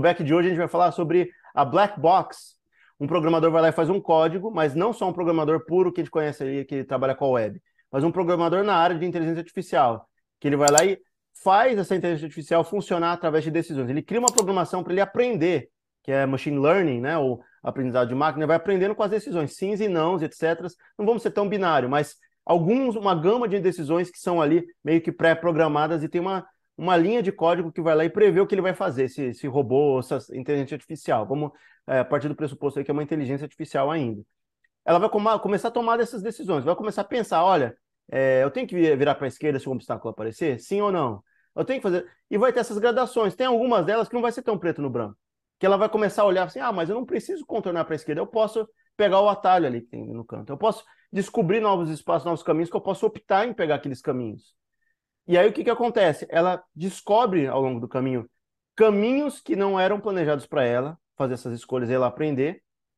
feedback de hoje a gente vai falar sobre a black box. Um programador vai lá e faz um código, mas não só um programador puro que a gente conhece ali, que trabalha com a web, mas um programador na área de inteligência artificial, que ele vai lá e faz essa inteligência artificial funcionar através de decisões. Ele cria uma programação para ele aprender, que é machine learning, né, ou aprendizado de máquina, vai aprendendo com as decisões, sims e nãos, etc. Não vamos ser tão binário, mas uma gama de decisões que são ali meio que pré-programadas e tem uma linha de código que vai lá e prevê o que ele vai fazer, esse robô, essa inteligência artificial. Vamos a partir do pressuposto aí que é uma inteligência artificial ainda. Ela vai começar a tomar essas decisões, vai começar a pensar, olha, eu tenho que virar para a esquerda se um obstáculo aparecer? Sim ou não? Eu tenho que fazer... E vai ter essas gradações. Tem algumas delas que não vai ser tão preto no branco. Que ela vai começar a olhar assim, mas eu não preciso contornar para a esquerda, eu posso pegar o atalho ali que tem no canto. Eu posso descobrir novos espaços, novos caminhos, que eu posso optar em pegar aqueles caminhos. E aí o que acontece? Ela descobre ao longo do caminho caminhos que não eram planejados para ela fazer essas escolhas e ela aprender,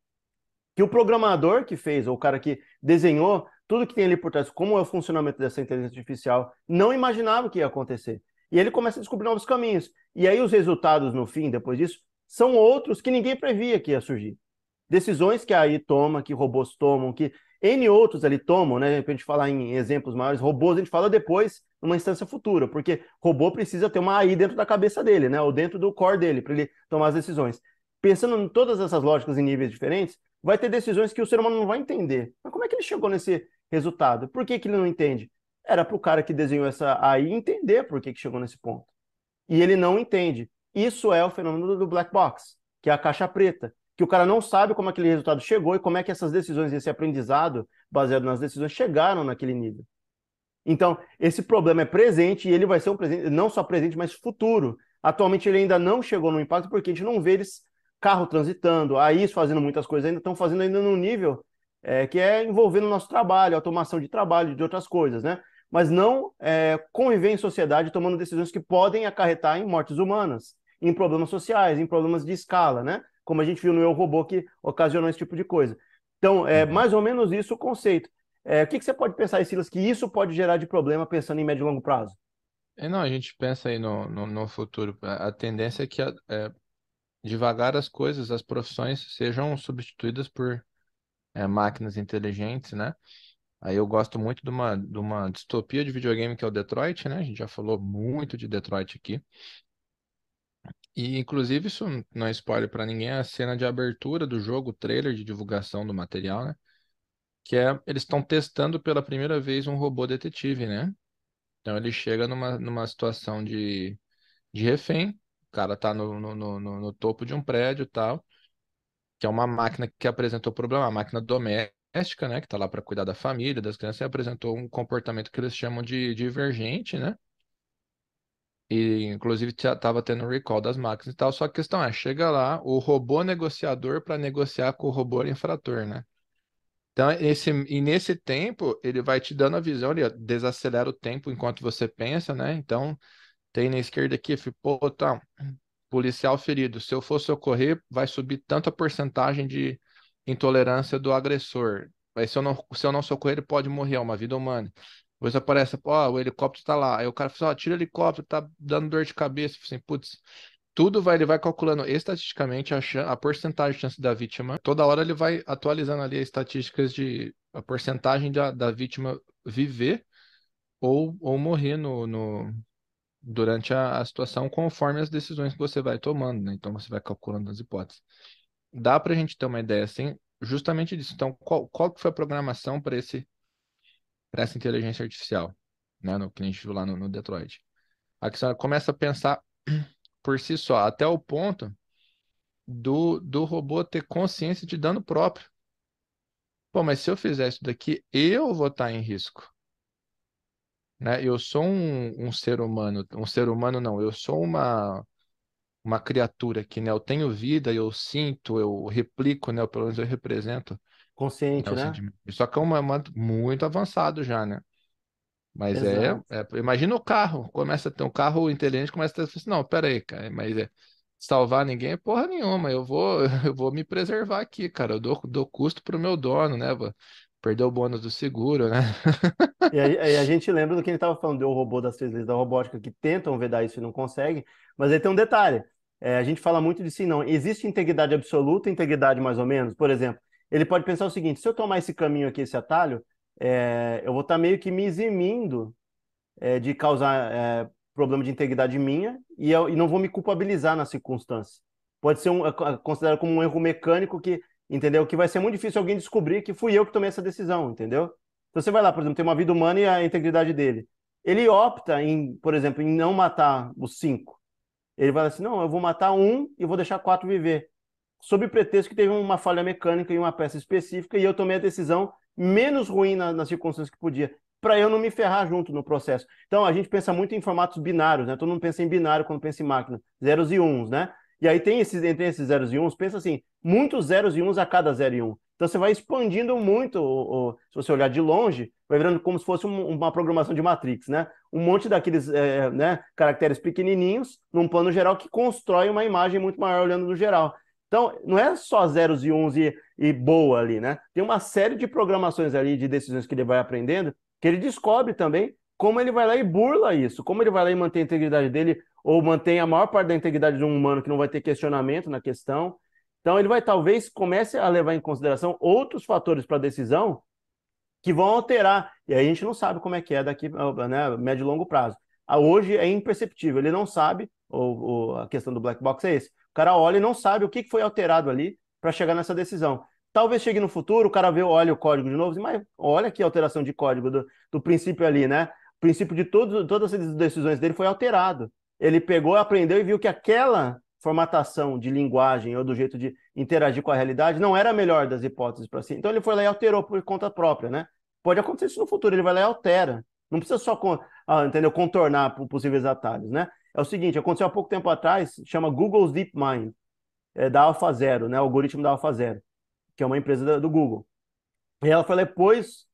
que o programador que fez, ou o cara que desenhou tudo que tem ali por trás, como é o funcionamento dessa inteligência artificial, não imaginava que ia acontecer. E ele começa a descobrir novos caminhos. E aí os resultados no fim, depois disso, são outros que ninguém previa que ia surgir. Decisões que a AI toma, que robôs tomam, que N outros ali tomam, né? Para a gente falar em exemplos maiores, robôs a gente fala depois, numa instância futura, porque robô precisa ter uma AI dentro da cabeça dele, né? Ou dentro do core dele, para ele tomar as decisões. Pensando em todas essas lógicas em níveis diferentes, vai ter decisões que o ser humano não vai entender. Mas como é que ele chegou nesse resultado? Por que ele não entende? Era para o cara que desenhou essa AI entender por que chegou nesse ponto. E ele não entende. Isso é o fenômeno do black box, que é a caixa preta, que o cara não sabe como aquele resultado chegou e como é que essas decisões, esse aprendizado baseado nas decisões chegaram naquele nível. Então, esse problema é presente e ele vai ser um presente, não só presente, mas futuro. Atualmente ele ainda não chegou no impacto porque a gente não vê eles carro transitando, AIs fazendo muitas coisas, ainda estão fazendo ainda num nível que é envolvendo o nosso trabalho, automação de trabalho, de outras coisas, né? Mas não conviver em sociedade tomando decisões que podem acarretar em mortes humanas, em problemas sociais, em problemas de escala, né? Como a gente viu no Eu, Robô, que ocasionou esse tipo de coisa. Então, é Uhum. mais ou menos isso o conceito. O que você pode pensar aí, Silas, que isso pode gerar de problema pensando em médio e longo prazo? Não, a gente pensa aí no futuro. A tendência é que devagar as coisas, as profissões sejam substituídas por máquinas inteligentes, né? Aí eu gosto muito de uma distopia de videogame que é o Detroit, né? A gente já falou muito de Detroit aqui. E inclusive isso não é spoiler para ninguém, é a cena de abertura do jogo, o trailer de divulgação do material, né? Que é eles estão testando pela primeira vez um robô detetive, né? Então ele chega numa situação de refém, o cara tá no topo de um prédio e tal, que é uma máquina que apresentou problema, uma máquina doméstica, né? Que tá lá para cuidar da família, das crianças, e apresentou um comportamento que eles chamam de divergente, né? E inclusive tava tendo recall das máquinas e tal. Só que a questão é, chega lá o robô negociador para negociar com o robô infrator, né? Então, nesse tempo, ele vai te dando a visão, ele desacelera o tempo enquanto você pensa, né? Então, tem na esquerda aqui, pô, tá, policial ferido. Se eu for socorrer, vai subir tanto a porcentagem de intolerância do agressor. Aí, se eu não socorrer, ele pode morrer, é uma vida humana. Depois aparece, ó, o helicóptero tá lá. Aí o cara fala, ó, tira o helicóptero, tá dando dor de cabeça. Assim, putz, ele vai calculando estatisticamente a porcentagem de chance da vítima. Toda hora ele vai atualizando ali as estatísticas de a porcentagem da vítima viver ou morrer durante a situação conforme as decisões que você vai tomando, né? Então você vai calculando as hipóteses. Dá para a gente ter uma ideia assim, justamente disso. Então, qual que foi a programação para essa inteligência artificial, né? No que a gente viu lá no Detroit. A questão começa a pensar por si só, até o ponto do robô ter consciência de dano próprio. Pô, mas se eu fizer isso daqui, eu vou estar em risco, né? Eu sou um ser humano não, eu sou uma criatura que, né, eu tenho vida, eu sinto, eu replico, né, ou pelo menos eu represento, né, Consciente, o né? sentimento. Só que é muito avançado já, né? Mas Exato. imagina o carro, começa a ter um carro inteligente, começa a ter, assim, não, pera aí, cara, mas salvar ninguém é porra nenhuma, eu vou me preservar aqui, cara, eu dou custo pro meu dono, né, vou perder o bônus do seguro, né? E aí a gente lembra do que ele estava falando do robô das três leis da robótica, que tentam vedar isso e não conseguem, mas aí tem um detalhe. a gente fala muito de sim, não. Existe integridade absoluta e integridade mais ou menos? Por exemplo, ele pode pensar o seguinte: se eu tomar esse caminho aqui, esse atalho, eu vou estar meio que me eximindo de causar problema de integridade minha e não vou me culpabilizar na circunstância. Pode ser considerado como um erro mecânico que, entendeu? Que vai ser muito difícil alguém descobrir que fui eu que tomei essa decisão, entendeu? Então você vai lá, por exemplo, tem uma vida humana e a integridade dele. Ele opta em, por exemplo, em não matar os cinco. Ele vai assim, não, eu vou matar um e vou deixar quatro viver. Sob pretexto que teve uma falha mecânica em uma peça específica e eu tomei a decisão menos ruim nas circunstâncias que podia, para eu não me ferrar junto no processo. Então a gente pensa muito em formatos binários, né? Todo mundo pensa em binário quando pensa em máquina, zeros e uns, né? E aí tem entre esses zeros e uns, pensa assim, muitos zeros e uns a cada zero e um. Então você vai expandindo muito, se você olhar de longe, vai virando como se fosse uma programação de Matrix, né? Um monte daqueles né, caracteres pequenininhos num plano geral que constrói uma imagem muito maior olhando no geral. Então, não é só zeros e uns e boa ali, né? Tem uma série de programações ali, de decisões que ele vai aprendendo, que ele descobre também como ele vai lá e burla isso, como ele vai lá e mantém a integridade dele, ou mantém a maior parte da integridade de um humano que não vai ter questionamento na questão. Então, ele vai talvez comece a levar em consideração outros fatores para a decisão que vão alterar. E aí a gente não sabe como é que é daqui, né, médio e longo prazo. Hoje é imperceptível, ele não sabe, a questão do black box é esse. O cara olha e não sabe o que foi alterado ali para chegar nessa decisão. Talvez chegue no futuro, o cara vê, olha o código de novo, mas olha que alteração de código do princípio ali, né? O princípio de todas as decisões dele foi alterado. Ele pegou, aprendeu e viu que aquela formatação de linguagem ou do jeito de interagir com a realidade não era a melhor das hipóteses para si. Então ele foi lá e alterou por conta própria, né? Pode acontecer isso no futuro, ele vai lá e altera. Não precisa só, entendeu, contornar possíveis atalhos, né? É o seguinte, aconteceu há pouco tempo atrás, chama Google's DeepMind, da AlphaZero, né? O algoritmo da AlphaZero, que é uma empresa do Google. E ela foi lá e pôs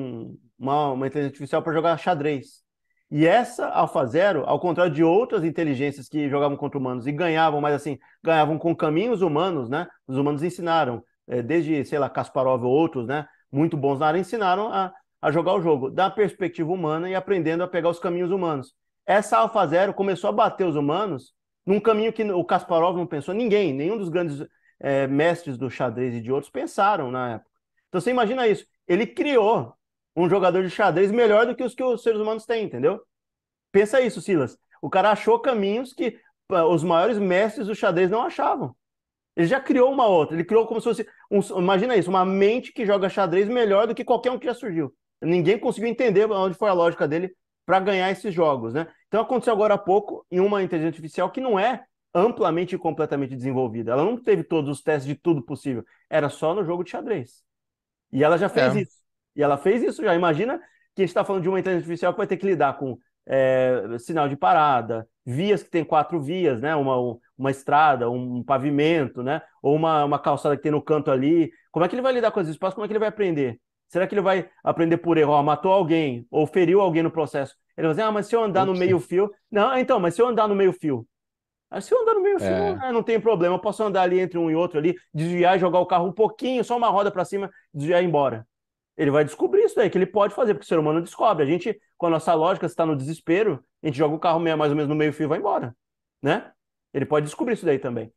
uma inteligência artificial para jogar xadrez. E essa AlphaZero, ao contrário de outras inteligências que jogavam contra humanos e ganhavam, mas assim, ganhavam com caminhos humanos, né? Os humanos ensinaram, desde, sei lá, Kasparov ou outros, né? Muito bons na área, ensinaram a jogar o jogo da perspectiva humana e aprendendo a pegar os caminhos humanos. Essa AlphaZero começou a bater os humanos num caminho que o Kasparov não pensou, ninguém, nenhum dos grandes mestres do xadrez e de outros pensaram na época. Então você imagina isso. Ele criou um jogador de xadrez melhor do que os seres humanos têm, entendeu? Pensa isso, Silas. O cara achou caminhos que os maiores mestres do xadrez não achavam. Ele já criou uma outra. Ele criou como se fosse. Imagina isso, uma mente que joga xadrez melhor do que qualquer um que já surgiu. Ninguém conseguiu entender onde foi a lógica dele para ganhar esses jogos, né? Então aconteceu agora há pouco em uma inteligência artificial que não é amplamente e completamente desenvolvida. Ela não teve todos os testes de tudo possível. Era só no jogo de xadrez. E ela já fez É, isso. E ela fez isso já. Imagina que a gente está falando de uma inteligência artificial que vai ter que lidar com sinal de parada, vias que tem quatro vias, né? Uma estrada, um pavimento, né? Ou uma calçada que tem no canto ali. Como é que ele vai lidar com esses espaços? Como é que ele vai aprender? Será que ele vai aprender por erro? Ó, matou alguém ou feriu alguém no processo? Ele vai dizer, mas se eu andar no putz, meio-fio. Não, então, mas se eu andar no meio-fio, se eu andar no meio-fio, é, não tem problema. Eu posso andar ali entre um e outro ali, desviar e jogar o carro um pouquinho, só uma roda para cima, desviar e ir embora. Ele vai descobrir isso aí, que ele pode fazer, porque o ser humano descobre. A gente, com a nossa lógica, se está no desespero, a gente joga o carro mais ou menos no meio-fio e vai embora, né? Ele pode descobrir isso daí também.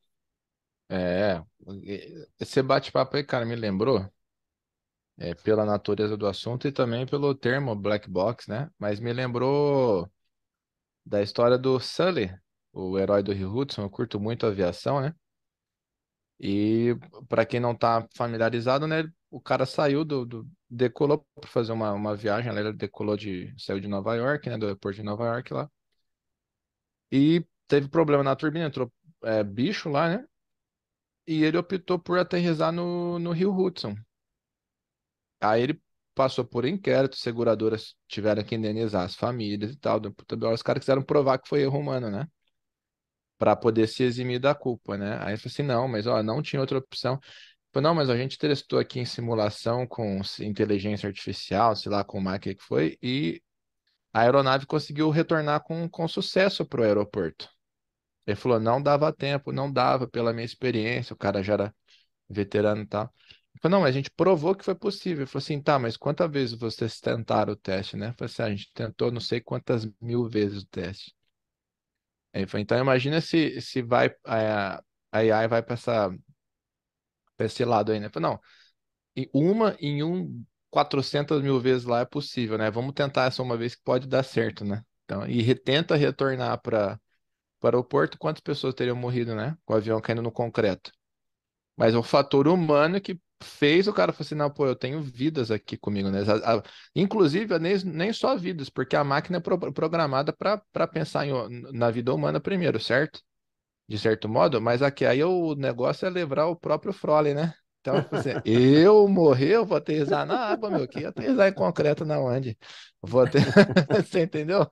é, esse bate-papo aí, cara, me lembrou, pela natureza do assunto e também pelo termo black box, né? Mas me lembrou da história do Sully, o herói do Rio Hudson. Eu curto muito aviação, né? E para quem não tá familiarizado, né? O cara saiu decolou para fazer uma viagem, né, ele saiu de Nova York, né? Do aeroporto de Nova York lá. E teve problema na turbina, entrou bicho lá, né? E ele optou por aterrissar no Rio Hudson. Aí ele passou por inquérito, seguradoras tiveram que indenizar as famílias e tal. Os caras quiseram provar que foi erro humano, né? Para poder se eximir da culpa, né? Aí ele falou assim, não, mas ó, não tinha outra opção. Falei, não, mas a gente testou aqui em simulação com inteligência artificial, sei lá com máquina que foi, e a aeronave conseguiu retornar com sucesso para o aeroporto. Ele falou, não dava tempo, não dava pela minha experiência, o cara já era veterano e tal. Ele falou, não, mas a gente provou que foi possível. Ele falou assim, tá, mas quantas vezes vocês tentaram o teste, né? Eu falei assim, a gente tentou não sei quantas mil vezes o teste. Então imagina se vai a AI vai para esse lado aí, né? Não, em 400 mil vezes lá é possível, né? Vamos tentar essa uma vez que pode dar certo, né? Então, tenta retornar para o porto, quantas pessoas teriam morrido, né? Com o avião caindo no concreto. Mas é o fator humano que fez o cara falar assim, não, pô, eu tenho vidas aqui comigo, né? Inclusive, nem só vidas, porque a máquina é programada para pensar na vida humana primeiro, certo? De certo modo, mas aqui aí o negócio é levar o próprio Frole, né? Então, tipo assim, eu morrer, eu vou aterrissar na água, meu, que aterrissar em concreto na onde? Vou ter... Você entendeu?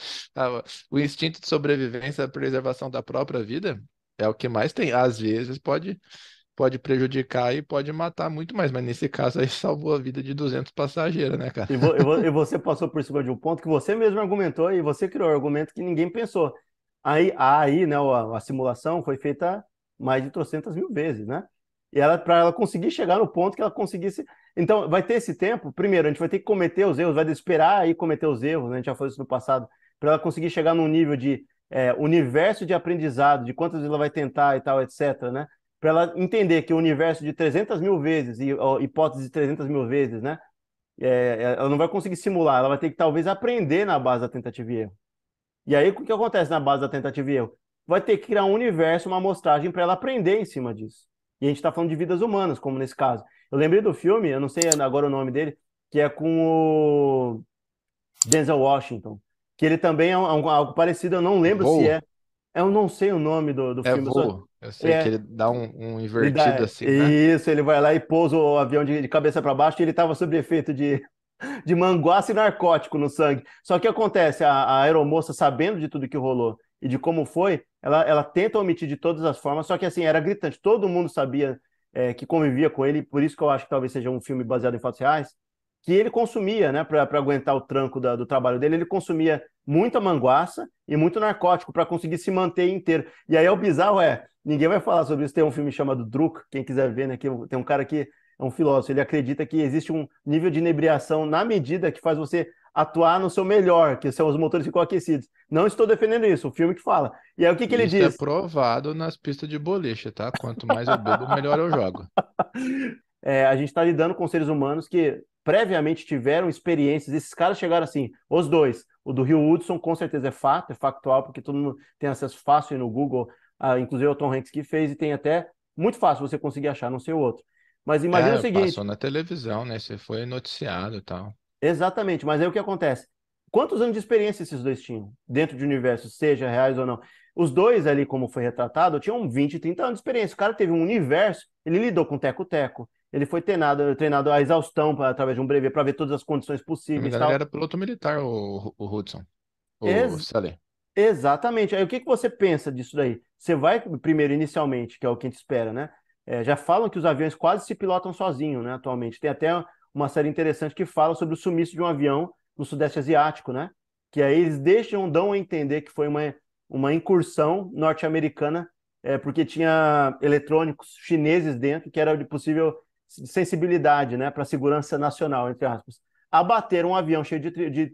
O instinto de sobrevivência, a preservação da própria vida é o que mais tem. Às vezes pode prejudicar e pode matar muito mais, mas nesse caso aí salvou a vida de 200 passageiros, né, cara? E você passou por cima de um ponto que você mesmo argumentou e você criou um argumento que ninguém pensou. Aí, né, a simulação foi feita mais de 300 mil vezes, né? E ela, para ela conseguir chegar no ponto que ela conseguisse. Então, vai ter esse tempo. Primeiro, a gente vai ter que cometer os erros, vai esperar aí cometer os erros, né? A gente já falou isso no passado, para ela conseguir chegar num nível de universo de aprendizado, de quantas vezes ela vai tentar e tal, etc., né? Para ela entender que o universo de 300 mil vezes, e ó, hipótese de 300 mil vezes, né? Ela não vai conseguir simular, ela vai ter que talvez aprender na base da tentativa e erro. E aí, o que acontece na base da tentativa e erro? Vai ter que criar um universo, uma amostragem para ela aprender em cima disso. E a gente está falando de vidas humanas, como nesse caso. Eu lembrei do filme, eu não sei agora o nome dele, que é com o Denzel Washington, que ele também algo parecido, eu não lembro se Voo. é. Eu não sei o nome do É filme. voo. Eu sei que É, ele dá um ele invertido dá. assim, né? Isso, ele vai lá e pousa o avião de cabeça para baixo e ele estava sob efeito de manguaça e narcótico no sangue. Só que acontece, a aeromoça, sabendo de tudo que rolou e de como foi, ela tenta omitir de todas as formas, só que assim, era gritante, todo mundo sabia que convivia com ele, por isso que eu acho que talvez seja um filme baseado em fatos reais, que ele consumia, né, para aguentar o tranco do trabalho dele, ele consumia muita manguaça e muito narcótico para conseguir se manter inteiro. E aí o bizarro ninguém vai falar sobre isso, tem um filme chamado Druk, quem quiser ver, né, que tem um cara que é um filósofo, ele acredita que existe um nível de inebriação na medida que faz você atuar no seu melhor, que os motores ficam aquecidos. Não estou defendendo isso, o filme que fala. E aí o que ele Isso é diz? provado nas pistas de boliche, tá? Quanto mais eu bebo, melhor eu jogo. A gente está lidando com seres humanos que previamente tiveram experiências, esses caras chegaram assim, os dois. O do Rio Hudson, com certeza é fato, é factual, porque todo mundo tem acesso fácil aí no Google, inclusive o Tom Hanks que fez, e tem até muito fácil você conseguir achar, não sei o outro. Mas imagina o Passou seguinte, na televisão, né? Você foi noticiado e tal. exatamente, mas aí o que acontece? Quantos anos de experiência esses dois tinham dentro de universo, seja reais ou não? Os dois ali, como foi retratado, tinham 20, 30 anos de experiência. O cara teve um universo, ele lidou com teco-teco, ele foi treinado à exaustão através de um brevê para ver todas as condições Se não me possíveis e engano, ele tal. era piloto militar, o Hudson. O Ex Sully. Exatamente. Aí o que que você pensa disso daí? Você vai primeiro, inicialmente, que é o que a gente espera, né? Já falam que os aviões quase se pilotam sozinhos, né, atualmente. Tem até uma série interessante que fala sobre o sumiço de um avião no Sudeste Asiático, né? Que aí eles dão a entender que foi uma incursão norte-americana, porque tinha eletrônicos chineses dentro, que era de possível sensibilidade, né, para a segurança nacional, entre aspas. Abateram um avião cheio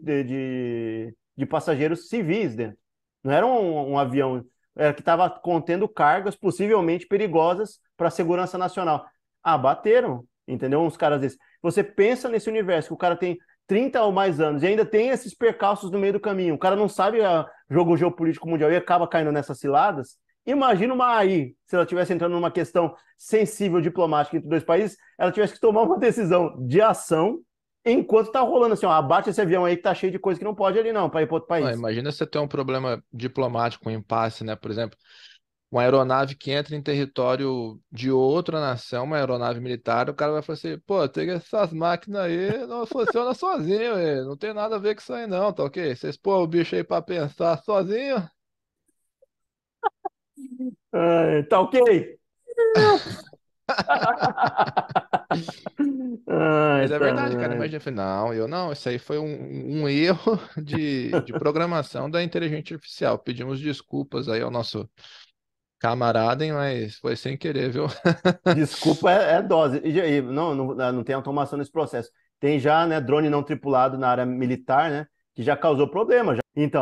de passageiros civis dentro. Não era um avião que estava contendo cargas possivelmente perigosas para a segurança nacional. Ah, bateram, entendeu? Uns caras desses. Você pensa nesse universo que o cara tem 30 ou mais anos e ainda tem esses percalços no meio do caminho. O cara não sabe jogo geopolítico mundial e acaba caindo nessas ciladas. Imagina uma AI, se ela estivesse entrando numa questão sensível diplomática entre dois países, ela tivesse que tomar uma decisão de ação enquanto tá rolando assim, ó, abate esse avião aí que tá cheio de coisa que não pode ali não, para ir para outro Ah, país. imagina você ter um problema diplomático, um impasse, né? Por exemplo, uma aeronave que entra em território de outra nação, uma aeronave militar, o cara vai falar assim, pô, tem essas máquinas aí, não funciona sozinho, não tem nada a ver com isso aí não, tá ok? Vocês pôr o bicho aí pra pensar sozinho. Tá ok? Mas é Tá. verdade, cara. Imagina, eu falei, não, eu não, isso aí foi um erro de programação da inteligência artificial. Pedimos desculpas aí ao nosso camarada, hein, mas foi sem querer, viu? Desculpa, é dose. Não tem automação nesse processo. Tem já, né, drone não tripulado na área militar, né, que já causou problema já. Então,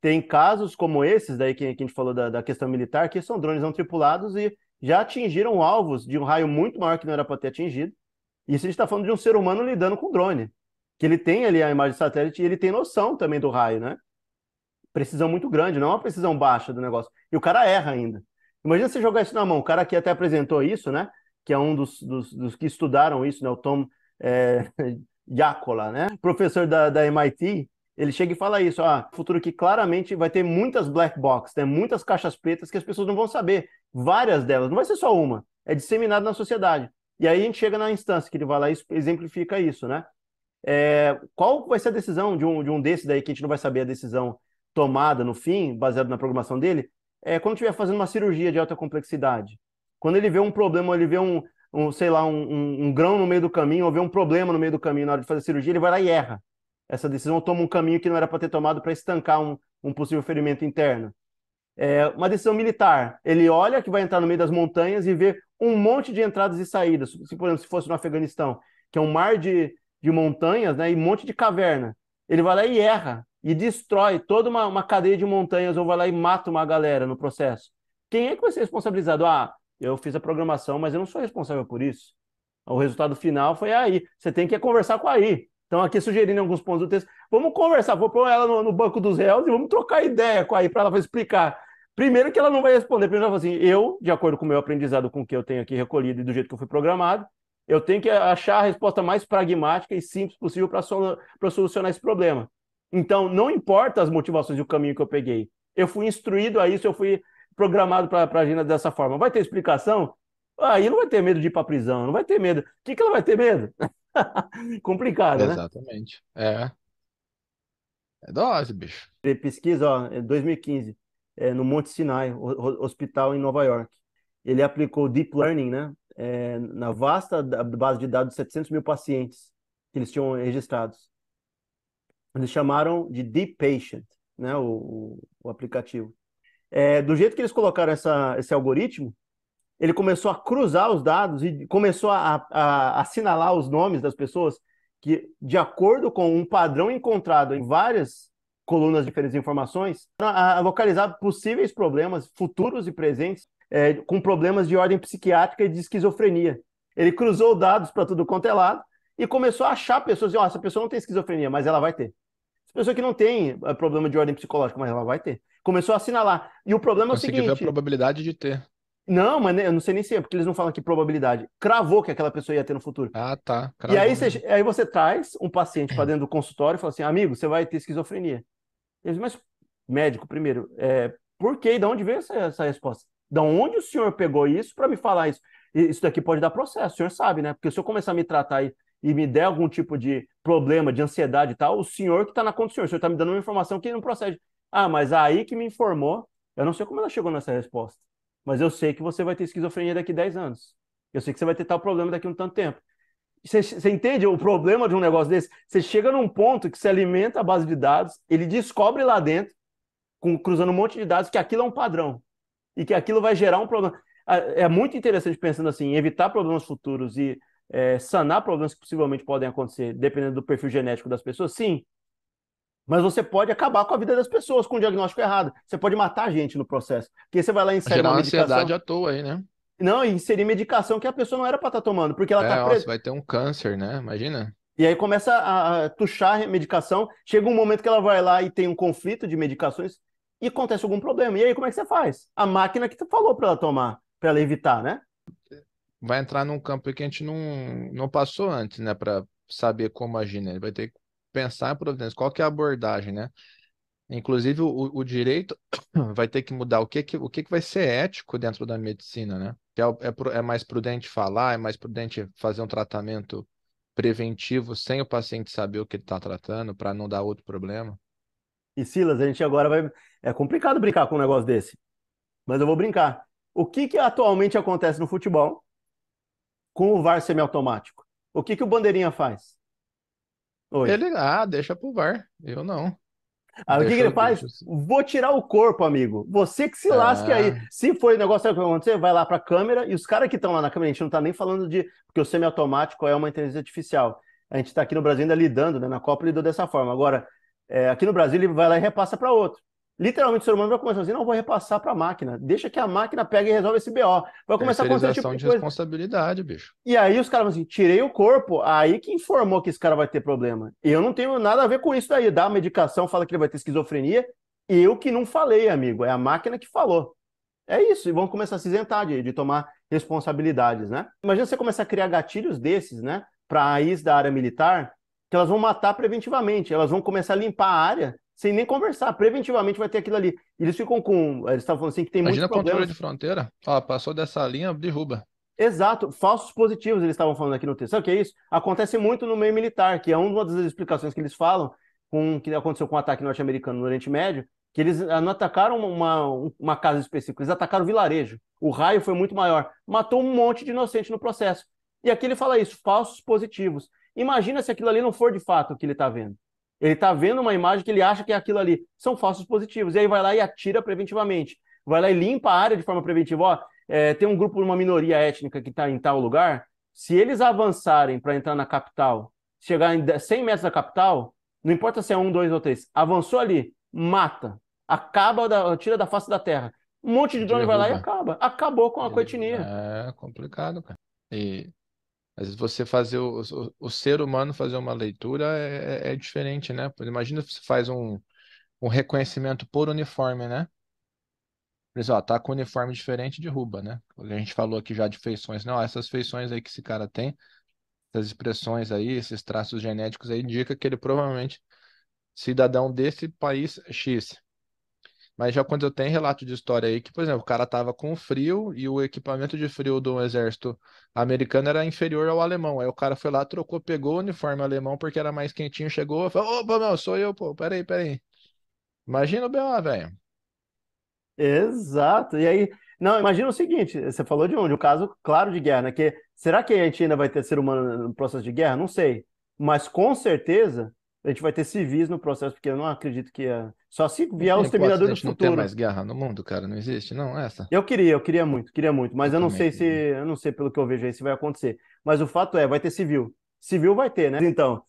Tem casos como esses, daí que a gente falou da questão militar, que são drones não tripulados e já atingiram alvos de um raio muito maior que não era para ter atingido. Isso a gente está falando de um ser humano lidando com drone, que ele tem ali a imagem de satélite e ele tem noção também do raio, né? Precisão muito grande, não uma precisão baixa do negócio. E o cara erra ainda. Imagina você jogar isso na mão. O cara que até apresentou isso, né? Que é um dos que estudaram isso, né? O Tom é, Yakola, né? Professor da MIT. Ele chega e fala isso, futuro que claramente vai ter muitas black box, né? Muitas caixas pretas que as pessoas não vão saber. Várias delas, não vai ser só uma. É disseminado na sociedade. E aí a gente chega na instância que ele vai lá e exemplifica isso, né? Qual vai ser a decisão de um desses daí, que a gente não vai saber a decisão tomada no fim, baseado na programação dele, quando estiver fazendo uma cirurgia de alta complexidade. Quando ele vê um problema, ele vê sei lá, um grão no meio do caminho, ou vê um problema no meio do caminho na hora de fazer a cirurgia, ele vai lá e erra. Essa decisão toma um caminho que não era para ter tomado para estancar um possível ferimento interno. Uma decisão militar, ele olha que vai entrar no meio das montanhas e vê um monte de entradas e saídas, por exemplo, se fosse no Afeganistão, que é um mar de montanhas, né, e um monte de caverna. Ele vai lá e erra, e destrói toda uma cadeia de montanhas, ou vai lá e mata uma galera no processo. Quem é que vai ser responsabilizado? Eu fiz a programação, mas eu não sou responsável por isso. O resultado final foi aí. Você tem que conversar com a AI. Então, aqui sugerindo alguns pontos do texto, vamos conversar, vou pôr ela no banco dos réus e vamos trocar ideia com a AI para ela explicar. Primeiro que ela não vai responder, primeiro ela vai assim, de acordo com o meu aprendizado, com o que eu tenho aqui recolhido e do jeito que eu fui programado, eu tenho que achar a resposta mais pragmática e simples possível para solucionar esse problema. Então, não importa as motivações e o caminho que eu peguei. Eu fui instruído a isso, eu fui programado para agir dessa forma. Vai ter explicação? Aí não vai ter medo de ir para a prisão, não vai ter medo. O que ela vai ter medo? Complicado, né? Exatamente. É dose, bicho. Pesquisa, em 2015, no Monte Sinai, hospital em Nova York. Ele aplicou Deep Learning, né? Na vasta base de dados de 700 mil pacientes que eles tinham registrados. Eles chamaram de Deep Patient, né? O aplicativo. Do jeito que eles colocaram esse algoritmo, ele começou a cruzar os dados e começou a assinalar os nomes das pessoas que, de acordo com um padrão encontrado em várias colunas diferentes de informações, a localizar possíveis problemas futuros e presentes com problemas de ordem psiquiátrica e de esquizofrenia. Ele cruzou dados para tudo quanto é lado e começou a achar pessoas, essa pessoa não tem esquizofrenia, mas ela vai ter. Essa pessoa que não tem problema de ordem psicológica, mas ela vai ter. Começou a assinalar. E o problema é o Consegui ver a seguinte... probabilidade de ter. Não, mas eu não sei nem se é, porque eles não falam que probabilidade. Cravou que aquela pessoa ia ter no futuro. Ah, tá. E aí Cravou mesmo. aí você traz um paciente para dentro do consultório e fala assim, amigo, você vai ter esquizofrenia. Eles, mas médico, primeiro, por quê? De onde veio essa resposta? De onde o senhor pegou isso para me falar isso? Isso daqui pode dar processo, o senhor sabe, né? Porque se eu começar a me tratar e me der algum tipo de problema, de ansiedade e tal, o senhor que está na conta do senhor, o senhor está me dando uma informação que não procede. Mas aí que me informou, eu não sei como ela chegou nessa resposta, mas eu sei que você vai ter esquizofrenia daqui a 10 anos. Eu sei que você vai ter tal problema daqui a um tanto tempo. Você entende o problema de um negócio desse? Você chega num ponto que você alimenta a base de dados, ele descobre lá dentro, cruzando um monte de dados, que aquilo é um padrão e que aquilo vai gerar um problema. É muito interessante pensando assim, em evitar problemas futuros e sanar problemas que possivelmente podem acontecer, dependendo do perfil genético das pessoas, sim. Mas você pode acabar com a vida das pessoas com o diagnóstico errado. Você pode matar a gente no processo. Porque você vai lá e insere Gerar uma uma ansiedade medicação. à toa aí, né? Não, inserir medicação que a pessoa não era para estar tomando, porque ela está Nossa, presa. vai ter um câncer, né? Imagina. E aí começa a tuchar a medicação, chega um momento que ela vai lá e tem um conflito de medicações e acontece algum problema. E aí como é que você faz? A máquina que tu falou para ela tomar, para ela evitar, né? Vai entrar num campo aí que a gente não passou antes, né? Para saber como agir, né? Ele vai ter que pensar em providência. Qual que é a abordagem, né? Inclusive, o direito vai ter que mudar o que vai ser ético dentro da medicina, né? Que é mais prudente falar, é mais prudente fazer um tratamento preventivo sem o paciente saber o que ele está tratando, para não dar outro problema. E Silas, a gente agora vai. É complicado brincar com um negócio desse, mas eu vou brincar. O que atualmente acontece no futebol com o VAR semiautomático? O que o Bandeirinha faz hoje? Deixa pro VAR. Eu não. Aí o que Deixa, ele eu- faz? deixa. Vou tirar o corpo, amigo. Você que se lasque aí. Ah, Se foi o negócio que vai acontecer, vai lá para a câmera e os caras que estão lá na câmera, a gente não está nem falando de. Porque o semiautomático é uma inteligência artificial. A gente está aqui no Brasil ainda lidando, né? Na Copa lidou dessa forma. Agora, aqui no Brasil, ele vai lá e repassa para outro. Literalmente o ser humano vai começar assim, não, vou repassar para a máquina, deixa que a máquina pega e resolve esse BO. Vai começar a acontecer esse tipo Terceirização de de coisa. responsabilidade, bicho. E aí os caras vão assim, tirei o corpo, aí que informou que esse cara vai ter problema. Eu não tenho nada a ver com isso daí, dá a medicação, fala que ele vai ter esquizofrenia, eu que não falei, amigo, é a máquina que falou. É isso, e vão começar a se isentar de tomar responsabilidades, né? Imagina você começar a criar gatilhos desses, né, para a AIs da área militar, que elas vão matar preventivamente, elas vão começar a limpar a área sem nem conversar, preventivamente vai ter aquilo ali. Eles ficam com, eles estavam falando assim que tem muitos Imagina controle de problemas. fronteira. Ó, passou dessa linha, derruba. Exato, falsos positivos eles estavam falando aqui no texto. Sabe o que é isso? Acontece muito no meio militar, que é uma das explicações que eles falam com que aconteceu com o ataque norte-americano no Oriente Médio, que eles não atacaram uma casa específica, eles atacaram o vilarejo. O raio foi muito maior, matou um monte de inocente no processo. E aqui ele fala isso, falsos positivos. Imagina se aquilo ali não for de fato o que ele está vendo. Ele está vendo uma imagem que ele acha que é aquilo ali. São falsos positivos. E aí vai lá e atira preventivamente. Vai lá e limpa a área de forma preventiva. Ó, tem um grupo, uma minoria étnica que está em tal lugar, se eles avançarem para entrar na capital, chegar em 100 metros da capital, não importa se é 1, 2 ou 3, avançou ali, mata, tira da face da terra. Um monte de drone vai lá e Derruba. acaba. Acabou com a etnia. É complicado, cara. E às vezes você fazer o ser humano fazer uma leitura é diferente, né? Imagina se você faz um reconhecimento por uniforme, né? Por exemplo, ó, tá com uniforme diferente, derruba, né? A gente falou aqui já de feições. Não, essas feições aí que esse cara tem, essas expressões aí, esses traços genéticos aí, indica que ele provavelmente cidadão desse país X. Mas já quando eu tenho relato de história aí que, por exemplo, o cara tava com frio e o equipamento de frio do exército americano era inferior ao alemão. Aí o cara foi lá, trocou, pegou o uniforme alemão porque era mais quentinho, chegou e falou: opa, não, sou eu, pô, peraí, peraí. Imagina o BO, velho. Exato. E aí, não, imagina o seguinte, você falou de onde? O caso claro de guerra, né? Que, será que a gente ainda vai ter ser humano no processo de guerra? Não sei. Mas com certeza a gente vai ter civis no processo, porque eu não acredito que só se Não vier o tem hipótese Exterminador de a do gente não ter Futuro. mais guerra no mundo, cara. Não existe, não, essa. Queria muito, mas Eu eu não também sei se, queria. eu não sei pelo que eu vejo aí se vai acontecer. Mas o fato é, vai ter civil. Civil vai ter, né? Então,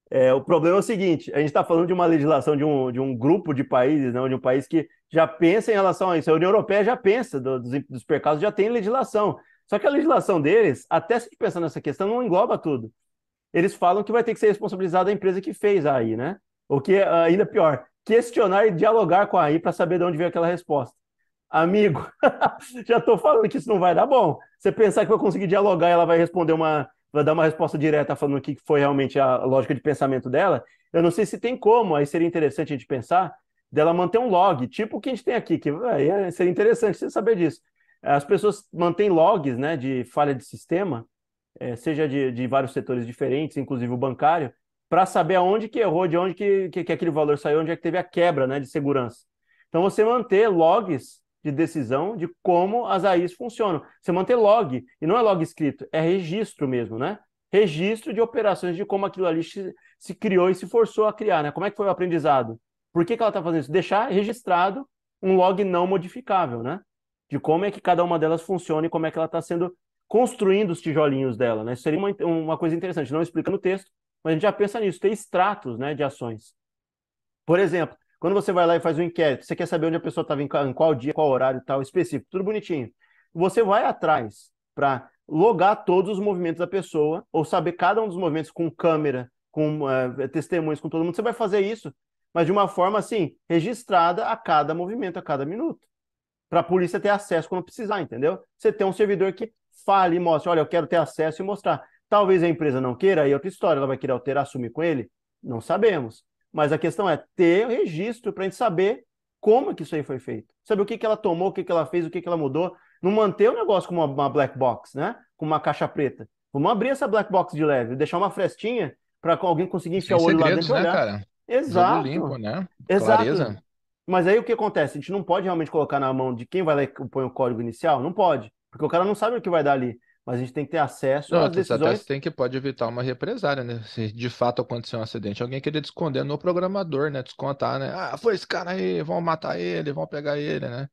o problema é o seguinte: a gente está falando de uma legislação de um grupo de países, não, de um país que já pensa em relação a isso. A União Europeia já pensa dos percados, já tem legislação. Só que a legislação deles, até se pensar nessa questão, não engloba tudo. Eles falam que vai ter que ser responsabilizada a empresa que fez a AI, né? O que é ainda pior, questionar e dialogar com a AI para saber de onde veio aquela resposta. Amigo, já estou falando que isso não vai dar bom. Você pensar que vai conseguir dialogar e ela vai responder vai dar uma resposta direta falando o que foi realmente a lógica de pensamento dela, eu não sei se tem como, aí seria interessante a gente pensar dela manter um log, tipo o que a gente tem aqui, que seria interessante você saber disso. As pessoas mantêm logs, né, de falha de sistema, seja de vários setores diferentes, inclusive o bancário, para saber aonde que errou, de onde que aquele valor saiu, onde é que teve a quebra, né, de segurança. Então, você manter logs de decisão de como as AIs funcionam. Você manter log, e não é log escrito, é registro mesmo, né? Registro de operações de como aquilo ali se criou e se forçou a criar, né? Como é que foi o aprendizado? Por que ela está fazendo isso? Deixar registrado um log não modificável, né? De como é que cada uma delas funciona e como é que ela está sendo construindo os tijolinhos dela, né? Isso seria uma coisa interessante, não explica no texto, mas a gente já pensa nisso, ter extratos, né, de ações. Por exemplo, quando você vai lá e faz um inquérito, você quer saber onde a pessoa estava em qual dia, qual horário e tal, específico, tudo bonitinho. Você vai atrás para logar todos os movimentos da pessoa, ou saber cada um dos movimentos com câmera, com testemunhas, com todo mundo. Você vai fazer isso, mas de uma forma assim, registrada a cada movimento, a cada minuto para a polícia ter acesso quando precisar, entendeu? Você tem um servidor que fale e mostre, olha, eu quero ter acesso e mostrar. Talvez a empresa não queira, aí é outra história, ela vai querer alterar, assumir com ele? Não sabemos. Mas a questão é ter o registro para a gente saber como que isso aí foi feito. Saber o que ela tomou, o que ela fez, o que ela mudou. Não manter o negócio como uma black box, né? Com uma caixa preta. Vamos abrir essa black box de leve, deixar uma frestinha para alguém conseguir enfiar Sem o olho lá segredos, dentro e né, olhar. cara? Jogo limpo, Exato, né? exato. Clareza. Mas aí o que acontece? A gente não pode realmente colocar na mão de quem vai lá e põe o código inicial? Não pode, porque o cara não sabe o que vai dar ali. Mas a gente tem que ter acesso Não, às até você decisões. tem que pode evitar uma represária, né? Se de fato acontecer um acidente, alguém querer esconder no programador, né? Descontar, né? Ah, foi esse cara aí, vão matar ele, vão pegar ele, né?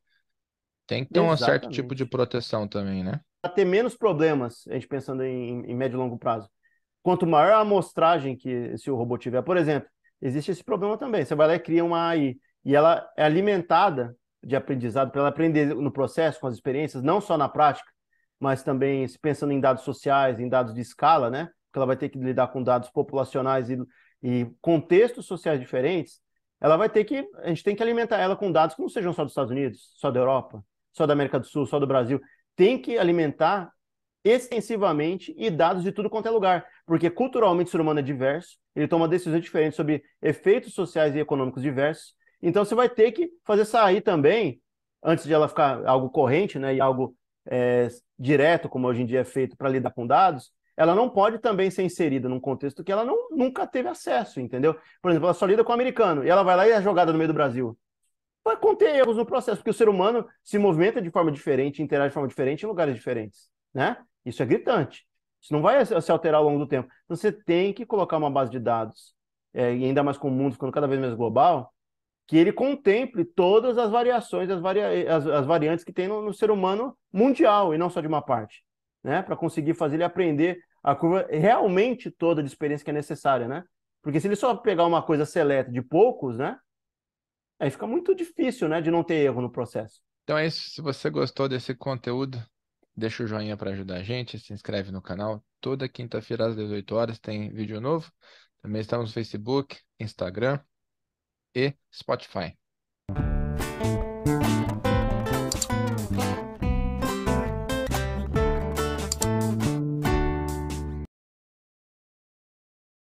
Tem que ter um certo tipo de Exatamente. proteção também, né? Para ter menos problemas, a gente pensando em médio e longo prazo. Quanto maior a amostragem que esse robô tiver, por exemplo, existe esse problema também. Você vai lá e cria uma AI e ela é alimentada de aprendizado para ela aprender no processo, com as experiências, não só na prática, mas também pensando em dados sociais, em dados de escala, né? Porque ela vai ter que lidar com dados populacionais e contextos sociais diferentes. Ela vai ter que, a gente tem que alimentar ela com dados que não sejam só dos Estados Unidos, só da Europa, só da América do Sul, só do Brasil. Tem que alimentar extensivamente e dados de tudo quanto é lugar, porque culturalmente o ser humano é diverso, ele toma decisões diferentes sobre efeitos sociais e econômicos diversos. Então você vai ter que fazer sair também, antes de ela ficar algo corrente, né, e algo direto, como hoje em dia é feito para lidar com dados, ela não pode também ser inserida num contexto que ela nunca teve acesso, entendeu? Por exemplo, ela só lida com o americano, e ela vai lá e é jogada no meio do Brasil. Vai conter erros no processo, porque o ser humano se movimenta de forma diferente, interage de forma diferente em lugares diferentes, né? Isso é gritante. Isso não vai se alterar ao longo do tempo. Então, você tem que colocar uma base de dados, e ainda mais com o mundo ficando cada vez mais global, que ele contemple todas as variações, as variantes que tem no ser humano mundial e não só de uma parte, né? Para conseguir fazer ele aprender a curva realmente toda de experiência que é necessária, né? Porque se ele só pegar uma coisa seleta de poucos, né? Aí fica muito difícil, né, de não ter erro no processo. Então é isso. Se você gostou desse conteúdo, deixa o joinha para ajudar a gente, se inscreve no canal. Toda quinta-feira às 18 horas tem vídeo novo. Também estamos no Facebook, Instagram e Spotify.